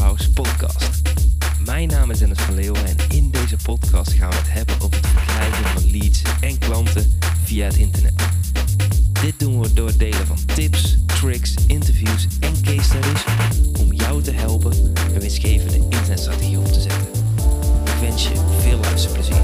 House podcast. Mijn naam is Dennis van Leeuwen en in deze podcast gaan we het hebben over het verkrijgen van leads en klanten via het internet. Dit doen we door het delen van tips, tricks, interviews en case studies om jou te helpen een winstgevende internetstrategie op te zetten. Ik wens je veel luisterplezier.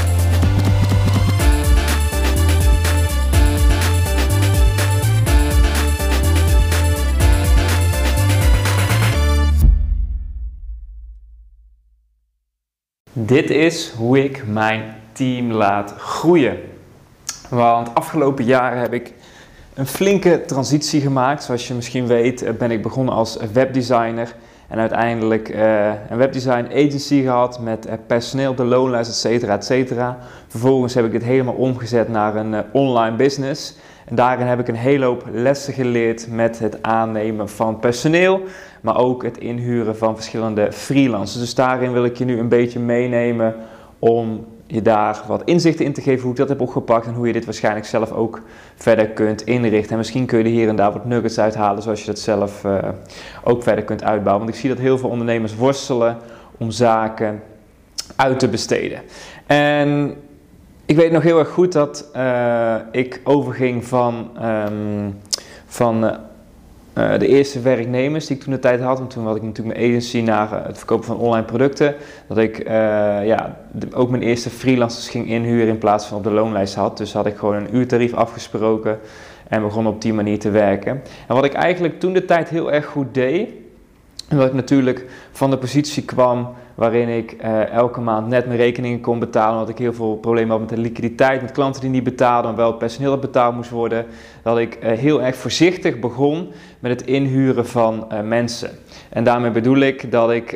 Dit is hoe ik mijn team laat groeien. Want afgelopen jaren heb ik een flinke transitie gemaakt. Zoals je misschien weet ben ik begonnen als webdesigner. En uiteindelijk een webdesign agency gehad met personeel op de loonlijst, etcetera, etcetera. Vervolgens heb ik dit helemaal omgezet naar een online business. En daarin heb ik een hele hoop lessen geleerd met het aannemen van personeel. Maar ook het inhuren van verschillende freelancers. Dus daarin wil ik je nu een beetje meenemen om je daar wat inzichten in te geven hoe ik dat heb opgepakt. En hoe je dit waarschijnlijk zelf ook verder kunt inrichten. En misschien kun je er hier en daar wat nuggets uithalen zoals je dat zelf ook verder kunt uitbouwen. Want ik zie dat heel veel ondernemers worstelen om zaken uit te besteden. En ik weet nog heel erg goed dat ik overging van de eerste werknemers die ik toen de tijd had. En toen had ik natuurlijk mijn agency naar het verkopen van online producten. Dat ik ook mijn eerste freelancers ging inhuren in plaats van op de loonlijst had. Dus had ik gewoon een uurtarief afgesproken en begon op die manier te werken. En wat ik eigenlijk toen de tijd heel erg goed deed, omdat ik natuurlijk van de positie kwam waarin ik elke maand net mijn rekeningen kon betalen. Omdat ik heel veel problemen had met de liquiditeit, met klanten die niet betaalden, maar wel het personeel dat betaald moest worden. Dat ik heel erg voorzichtig begon met het inhuren van mensen. En daarmee bedoel ik dat ik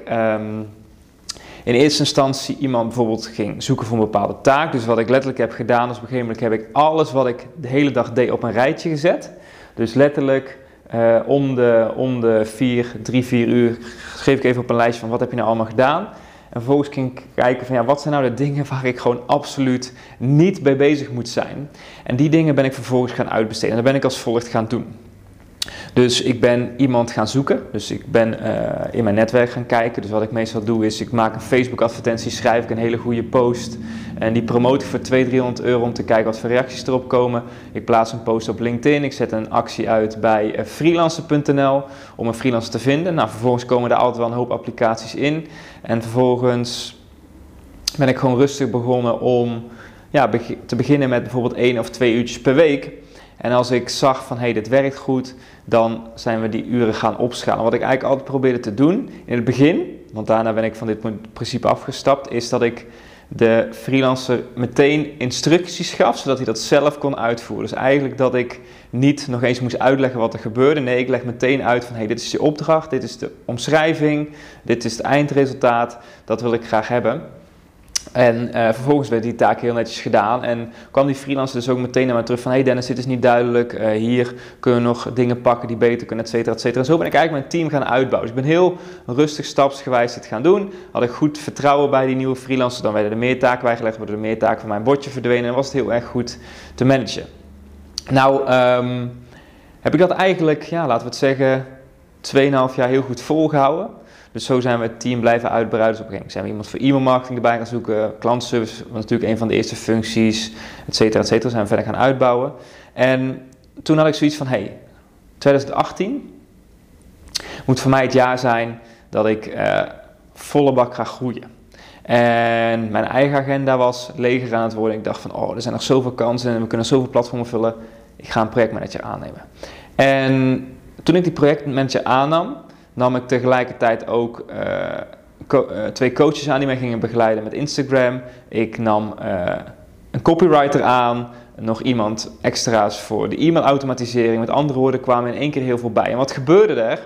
in eerste instantie iemand bijvoorbeeld ging zoeken voor een bepaalde taak. Dus wat ik letterlijk heb gedaan is op een gegeven moment heb ik alles wat ik de hele dag deed op een rijtje gezet. Dus letterlijk om de 3-4 uur schreef ik even op een lijstje van wat heb je nou allemaal gedaan. En vervolgens ging ik kijken van wat zijn nou de dingen waar ik gewoon absoluut niet bij bezig moet zijn. En die dingen ben ik vervolgens gaan uitbesteden. En dat ben ik als volgt gaan doen. Dus ik ben iemand gaan zoeken. Dus ik ben in mijn netwerk gaan kijken. Dus wat ik meestal doe is, ik maak een Facebook advertentie, schrijf ik een hele goede post. En die promote ik voor 200-300 euro om te kijken wat voor reacties erop komen. Ik plaats een post op LinkedIn. Ik zet een actie uit bij freelancer.nl om een freelancer te vinden. Nou, vervolgens komen er altijd wel een hoop applicaties in. En vervolgens ben ik gewoon rustig begonnen om te beginnen met bijvoorbeeld 1 of 2 uurtjes per week. En als ik zag van dit werkt goed, dan zijn we die uren gaan opschalen. Wat ik eigenlijk altijd probeerde te doen in het begin, want daarna ben ik van dit principe afgestapt, is dat ik de freelancer meteen instructies gaf, zodat hij dat zelf kon uitvoeren. Dus eigenlijk dat ik niet nog eens moest uitleggen wat er gebeurde. Nee, ik leg meteen uit van dit is je opdracht, dit is de omschrijving, dit is het eindresultaat, dat wil ik graag hebben. En vervolgens werd die taak heel netjes gedaan en kwam die freelancer dus ook meteen naar mij terug van Dennis, dit is niet duidelijk, hier kunnen we nog dingen pakken die beter kunnen, etcetera, etcetera. En zo ben ik eigenlijk mijn team gaan uitbouwen. Dus ik ben heel rustig, stapsgewijs dit gaan doen. Had ik goed vertrouwen bij die nieuwe freelancer, dan werden er meer taken bijgelegd, worden er meer taken van mijn bordje verdwenen en was het heel erg goed te managen. Nou, heb ik dat eigenlijk, laten we het zeggen, 2,5 jaar heel goed volgehouden. Dus zo zijn we het team blijven uitbreiden. Dus op een gegeven moment zijn we iemand voor e-mailmarketing erbij gaan zoeken. Klantenservice was natuurlijk een van de eerste functies, etcetera, etcetera. Zijn we verder gaan uitbouwen. En toen had ik zoiets van, 2018 moet voor mij het jaar zijn dat ik volle bak ga groeien. En mijn eigen agenda was leger aan het worden. Ik dacht van, er zijn nog zoveel kansen en we kunnen zoveel platformen vullen. Ik ga een projectmanager aannemen. En toen ik die projectmanager aannam, nam ik tegelijkertijd ook 2 coaches aan die mij gingen begeleiden met Instagram. Ik nam een copywriter aan, nog iemand extra's voor de e-mailautomatisering. Met andere woorden kwamen in één keer heel veel bij. En wat gebeurde er,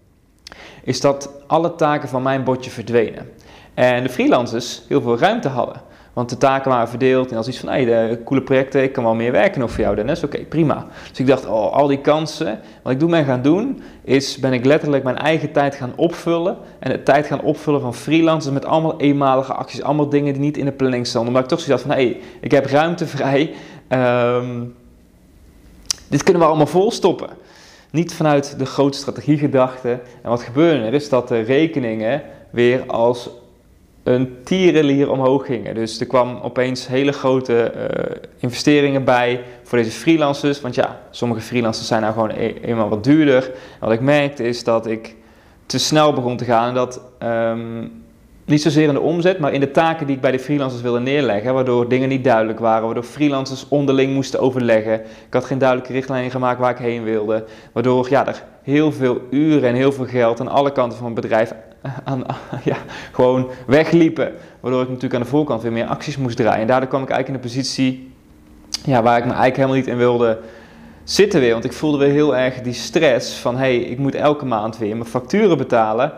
is dat alle taken van mijn bordje verdwenen. En de freelancers heel veel ruimte hadden. Want de taken waren verdeeld en als iets van, de coole projecten, ik kan wel meer werken nog voor jou Dennis. Oké, prima. Dus ik dacht, al die kansen. Wat ik ben gaan doen, ben ik letterlijk mijn eigen tijd gaan opvullen. En de tijd gaan opvullen van freelancers met allemaal eenmalige acties. Allemaal dingen die niet in de planning stonden. Maar ik toch zoiets had van, ik heb ruimte vrij. Dit kunnen we allemaal volstoppen. niet vanuit de grote strategiegedachte. En wat gebeurde er is dat de rekeningen weer als een tierenlier omhoog gingen. Dus er kwam opeens hele grote investeringen bij voor deze freelancers. Want ja, sommige freelancers zijn nou gewoon eenmaal wat duurder. En wat ik merkte is dat ik te snel begon te gaan. En dat niet zozeer in de omzet, maar in de taken die ik bij de freelancers wilde neerleggen. Waardoor dingen niet duidelijk waren. Waardoor freelancers onderling moesten overleggen. Ik had geen duidelijke richtlijnen gemaakt waar ik heen wilde. Waardoor er heel veel uren en heel veel geld aan alle kanten van mijn bedrijf gewoon wegliepen. Waardoor ik natuurlijk aan de voorkant weer meer acties moest draaien. En daardoor kwam ik eigenlijk in een positie waar ik me eigenlijk helemaal niet in wilde zitten weer. Want ik voelde weer heel erg die stress van ik moet elke maand weer mijn facturen betalen.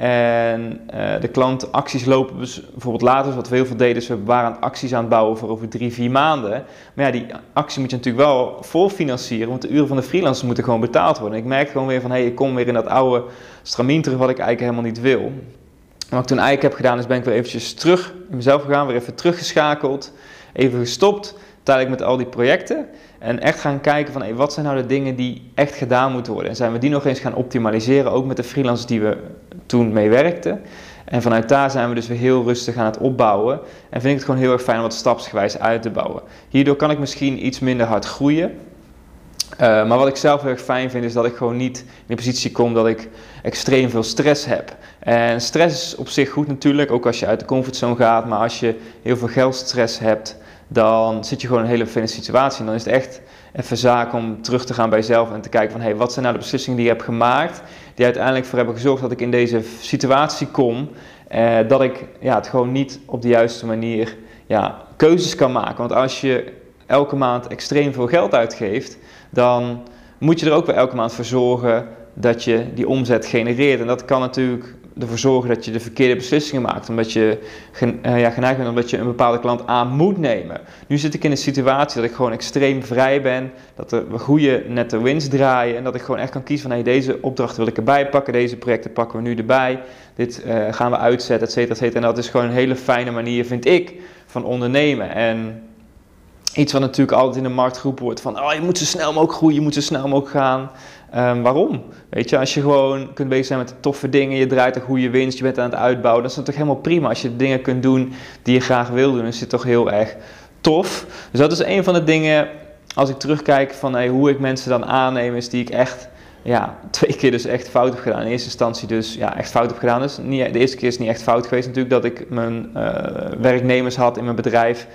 En de klantacties lopen dus bijvoorbeeld later, dus wat we heel veel deden, is we waren acties aan het bouwen voor over 3-4 maanden. Maar ja, die actie moet je natuurlijk wel voorfinancieren, want de uren van de freelancers moeten gewoon betaald worden. En ik merkte gewoon weer van, ik kom weer in dat oude stramien terug wat ik eigenlijk helemaal niet wil. En wat ik toen eigenlijk heb gedaan, is ben ik weer eventjes terug in mezelf gegaan, weer even teruggeschakeld, even gestopt, tijdelijk met al die projecten. En echt gaan kijken van, wat zijn nou de dingen die echt gedaan moeten worden? En zijn we die nog eens gaan optimaliseren, ook met de freelancers die we toen mee werkten. En vanuit daar zijn we dus weer heel rustig aan het opbouwen. En vind ik het gewoon heel erg fijn om wat stapsgewijs uit te bouwen. Hierdoor kan ik misschien iets minder hard groeien. Maar wat ik zelf heel erg fijn vind, is dat ik gewoon niet in de positie kom dat ik extreem veel stress heb. En stress is op zich goed natuurlijk, ook als je uit de comfortzone gaat. Maar als je heel veel geldstress hebt, dan zit je gewoon in een hele vervelende situatie. En dan is het echt even zaak om terug te gaan bij jezelf en te kijken van, wat zijn nou de beslissingen die je hebt gemaakt, die uiteindelijk voor hebben gezorgd dat ik in deze situatie kom, dat ik het gewoon niet op de juiste manier keuzes kan maken. Want als je elke maand extreem veel geld uitgeeft, dan moet je er ook weer elke maand voor zorgen dat je die omzet genereert. En dat kan natuurlijk ervoor zorgen dat je de verkeerde beslissingen maakt, omdat je geneigd bent omdat je een bepaalde klant aan moet nemen. Nu zit ik in een situatie dat ik gewoon extreem vrij ben, dat we goede netto winst draaien en dat ik gewoon echt kan kiezen van, deze opdracht wil ik erbij pakken, deze projecten pakken we nu erbij, dit gaan we uitzetten, et cetera, et cetera. En dat is gewoon een hele fijne manier, vind ik, van ondernemen. En iets wat natuurlijk altijd in de markt geroepen wordt van, je moet zo snel mogelijk groeien, je moet zo snel mogelijk gaan. Waarom? Weet je, als je gewoon kunt bezig zijn met de toffe dingen, je draait een goede winst, je bent aan het uitbouwen, dat is toch helemaal prima. Als je de dingen kunt doen die je graag wil doen, is het toch heel erg tof. Dus dat is een van de dingen, als ik terugkijk van hoe ik mensen dan aanneem, is die ik echt 2 keer dus echt fout heb gedaan. In eerste instantie dus echt fout heb gedaan. Dus de eerste keer is niet echt fout geweest natuurlijk, dat ik mijn werknemers had in mijn bedrijf.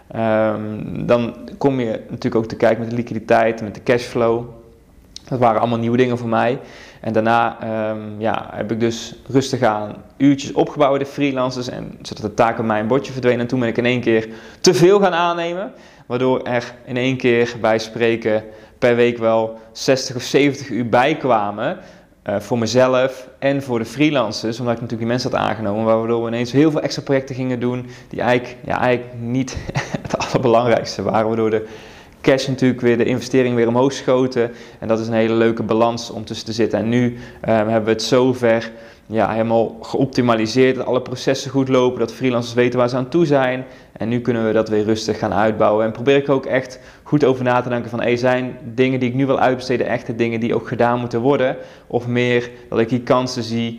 Dan kom je natuurlijk ook te kijken met de liquiditeit, met de cashflow. Dat waren allemaal nieuwe dingen voor mij. En daarna heb ik dus rustig aan uurtjes opgebouwd, de freelancers. En zodat de taak op mijn bordje verdween. En toen ben ik in één keer te veel gaan aannemen. Waardoor er in één keer bij spreken per week wel 60 of 70 uur bijkwamen. Voor mezelf en voor de freelancers. Omdat ik natuurlijk die mensen had aangenomen. Waardoor we ineens heel veel extra projecten gingen doen. Die eigenlijk niet het allerbelangrijkste waren. Waardoor de cash natuurlijk weer, de investering weer omhoog schoten. En dat is een hele leuke balans om tussen te zitten. En nu hebben we het zover helemaal geoptimaliseerd. Dat alle processen goed lopen. Dat freelancers weten waar ze aan toe zijn. En nu kunnen we dat weer rustig gaan uitbouwen. En probeer ik ook echt goed over na te denken van, zijn dingen die ik nu wil uitbesteden echt de dingen die ook gedaan moeten worden? Of meer dat ik die kansen zie,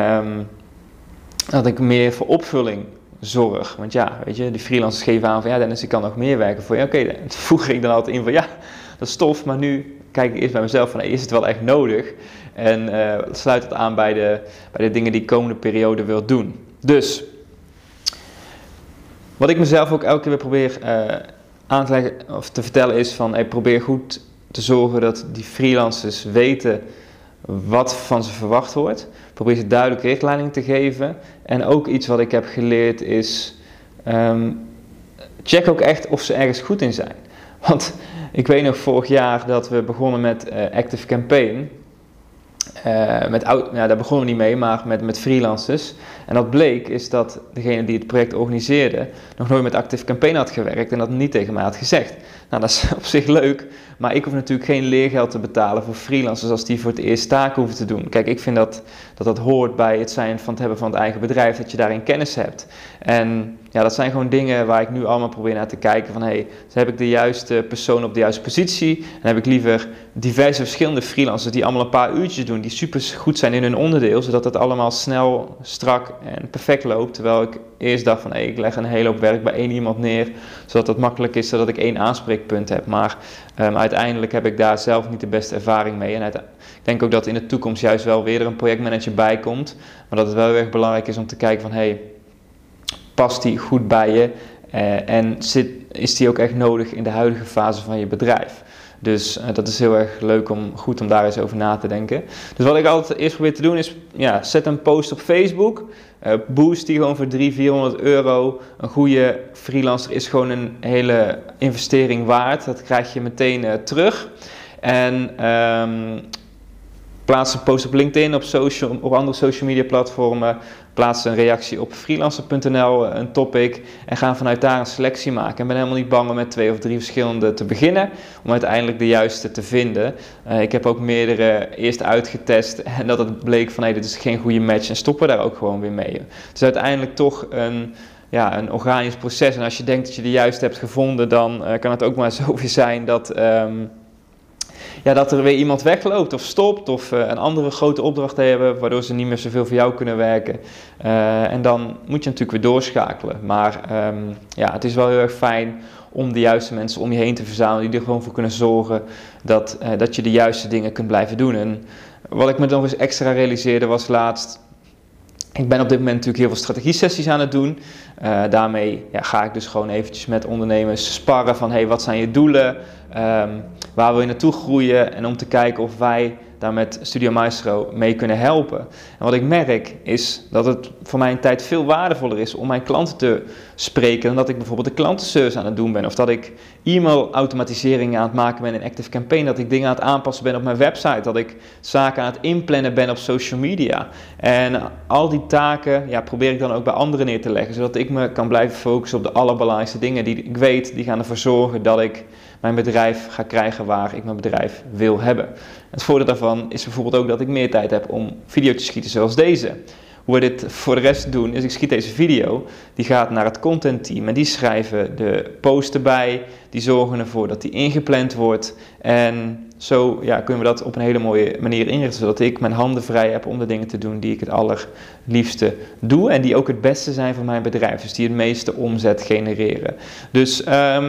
dat ik meer voor opvulling zorg. Want weet je, die freelancers geven aan van, Dennis, ik kan nog meer werken voor je. Oké, dan voeg ik dan altijd in van, dat is tof, maar nu kijk ik eerst bij mezelf van, is het wel echt nodig? En sluit het aan bij de dingen die ik de komende periode wil doen. Dus, wat ik mezelf ook elke keer weer probeer aan te leggen of te vertellen is van, probeer goed te zorgen dat die freelancers weten wat van ze verwacht wordt. Probeer ze duidelijke richtlijnen te geven. En ook iets wat ik heb geleerd is, check ook echt of ze ergens goed in zijn. Want ik weet nog vorig jaar dat we begonnen met Active Campaign. Daar begonnen we niet mee, maar met freelancers. En dat bleek is dat degene die het project organiseerde nog nooit met Active Campaign had gewerkt en dat niet tegen mij had gezegd. Nou, dat is op zich leuk, maar ik hoef natuurlijk geen leergeld te betalen voor freelancers als die voor het eerst taken hoeven te doen. Kijk, ik vind dat hoort bij het zijn van het hebben van het eigen bedrijf, dat je daarin kennis hebt. En Ja, dat zijn gewoon dingen waar ik nu allemaal probeer naar te kijken. Van heb ik de juiste persoon op de juiste positie? Dan heb ik liever diverse verschillende freelancers die allemaal een paar uurtjes doen, die super goed zijn in hun onderdeel, zodat het allemaal snel, strak en perfect loopt. Terwijl ik eerst dacht van ik leg een hele hoop werk bij één iemand neer, zodat het makkelijk is, zodat ik één aanspreekpunt heb. Maar uiteindelijk heb ik daar zelf niet de beste ervaring mee. En ik denk ook dat in de toekomst juist wel weer er een projectmanager bij komt. Maar dat het wel heel erg belangrijk is om te kijken van past die goed bij je en is die ook echt nodig in de huidige fase van je bedrijf. Dus dat is heel erg leuk goed om daar eens over na te denken. Dus wat ik altijd eerst probeer te doen is, zet een post op Facebook. Boost die gewoon voor 300-400 euro. Een goede freelancer is gewoon een hele investering waard. Dat krijg je meteen terug. En plaats een post op LinkedIn, op andere social media platformen. Plaats een reactie op freelancer.nl, een topic. En ga vanuit daar een selectie maken. En ben helemaal niet bang om met 2 of 3 verschillende te beginnen. Om uiteindelijk de juiste te vinden. Ik heb ook meerdere eerst uitgetest. En dat het bleek van dit is geen goede match. En stoppen we daar ook gewoon weer mee. Het is uiteindelijk toch een organisch proces. En als je denkt dat je de juiste hebt gevonden, dan kan het ook maar zo weer zijn dat dat er weer iemand wegloopt of stopt of een andere grote opdracht hebben, waardoor ze niet meer zoveel voor jou kunnen werken. En dan moet je natuurlijk weer doorschakelen. Maar het is wel heel erg fijn om de juiste mensen om je heen te verzamelen, die er gewoon voor kunnen zorgen dat je de juiste dingen kunt blijven doen. En wat ik me nog eens extra realiseerde was laatst, ik ben op dit moment natuurlijk heel veel strategie-sessies aan het doen. Daarmee ga ik dus gewoon eventjes met ondernemers sparren van wat zijn je doelen? Waar wil je naartoe groeien? En om te kijken of wij daar met Studio Maestro mee kunnen helpen. En wat ik merk is dat het voor mij een tijd veel waardevoller is om mijn klanten te spreken dan dat ik bijvoorbeeld de klantenservice aan het doen ben. Of dat ik e-mail-automatiseringen aan het maken ben in ActiveCampaign. Dat ik dingen aan het aanpassen ben op mijn website. Dat ik zaken aan het inplannen ben op social media. En al die taken probeer ik dan ook bij anderen neer te leggen. Zodat ik me kan blijven focussen op de allerbelangrijkste dingen die ik weet. Die gaan ervoor zorgen dat ik mijn bedrijf ga krijgen waar ik mijn bedrijf wil hebben. Het voordeel daarvan is bijvoorbeeld ook dat ik meer tijd heb om video's te schieten zoals deze. Hoe we dit voor de rest doen is, ik schiet deze video, die gaat naar het content team en die schrijven de post erbij, die zorgen ervoor dat die ingepland wordt en zo kunnen we dat op een hele mooie manier inrichten, zodat ik mijn handen vrij heb om de dingen te doen die ik het allerliefste doe en die ook het beste zijn voor mijn bedrijf, dus die het meeste omzet genereren. Dus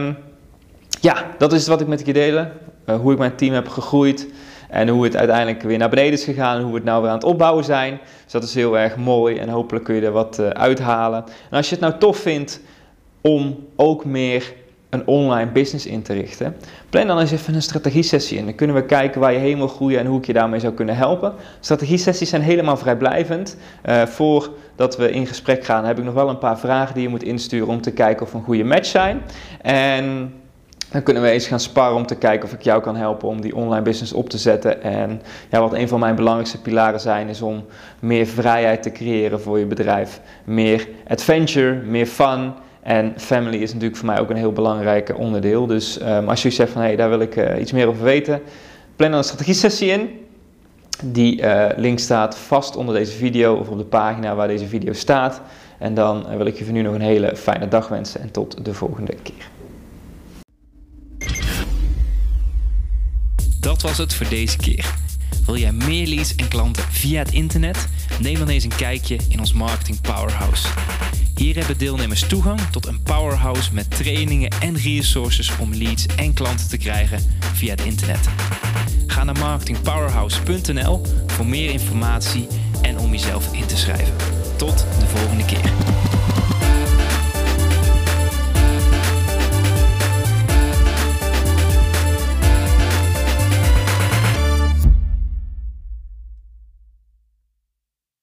dat is wat ik met je delen, hoe ik mijn team heb gegroeid. En hoe het uiteindelijk weer naar beneden is gegaan en hoe we het nou weer aan het opbouwen zijn. Dus dat is heel erg mooi en hopelijk kun je er wat uithalen. En als je het nou tof vindt om ook meer een online business in te richten, plan dan eens even een strategie-sessie in. Dan kunnen we kijken waar je heen wil groeien en hoe ik je daarmee zou kunnen helpen. Strategie-sessies zijn helemaal vrijblijvend. Voordat we in gesprek gaan heb ik nog wel een paar vragen die je moet insturen om te kijken of we een goede match zijn. En dan kunnen we eens gaan sparren om te kijken of ik jou kan helpen om die online business op te zetten. En wat een van mijn belangrijkste pilaren zijn is om meer vrijheid te creëren voor je bedrijf. Meer adventure, meer fun. En family is natuurlijk voor mij ook een heel belangrijk onderdeel. Dus als je zegt van daar wil ik iets meer over weten, plan dan een strategie-sessie in. Die link staat vast onder deze video of op de pagina waar deze video staat. En dan wil ik je voor nu nog een hele fijne dag wensen en tot de volgende keer. Dat was het voor deze keer. Wil jij meer leads en klanten via het internet? Neem dan eens een kijkje in ons Marketing Powerhouse. Hier hebben deelnemers toegang tot een powerhouse met trainingen en resources om leads en klanten te krijgen via het internet. Ga naar marketingpowerhouse.nl voor meer informatie en om jezelf in te schrijven. Tot de volgende keer.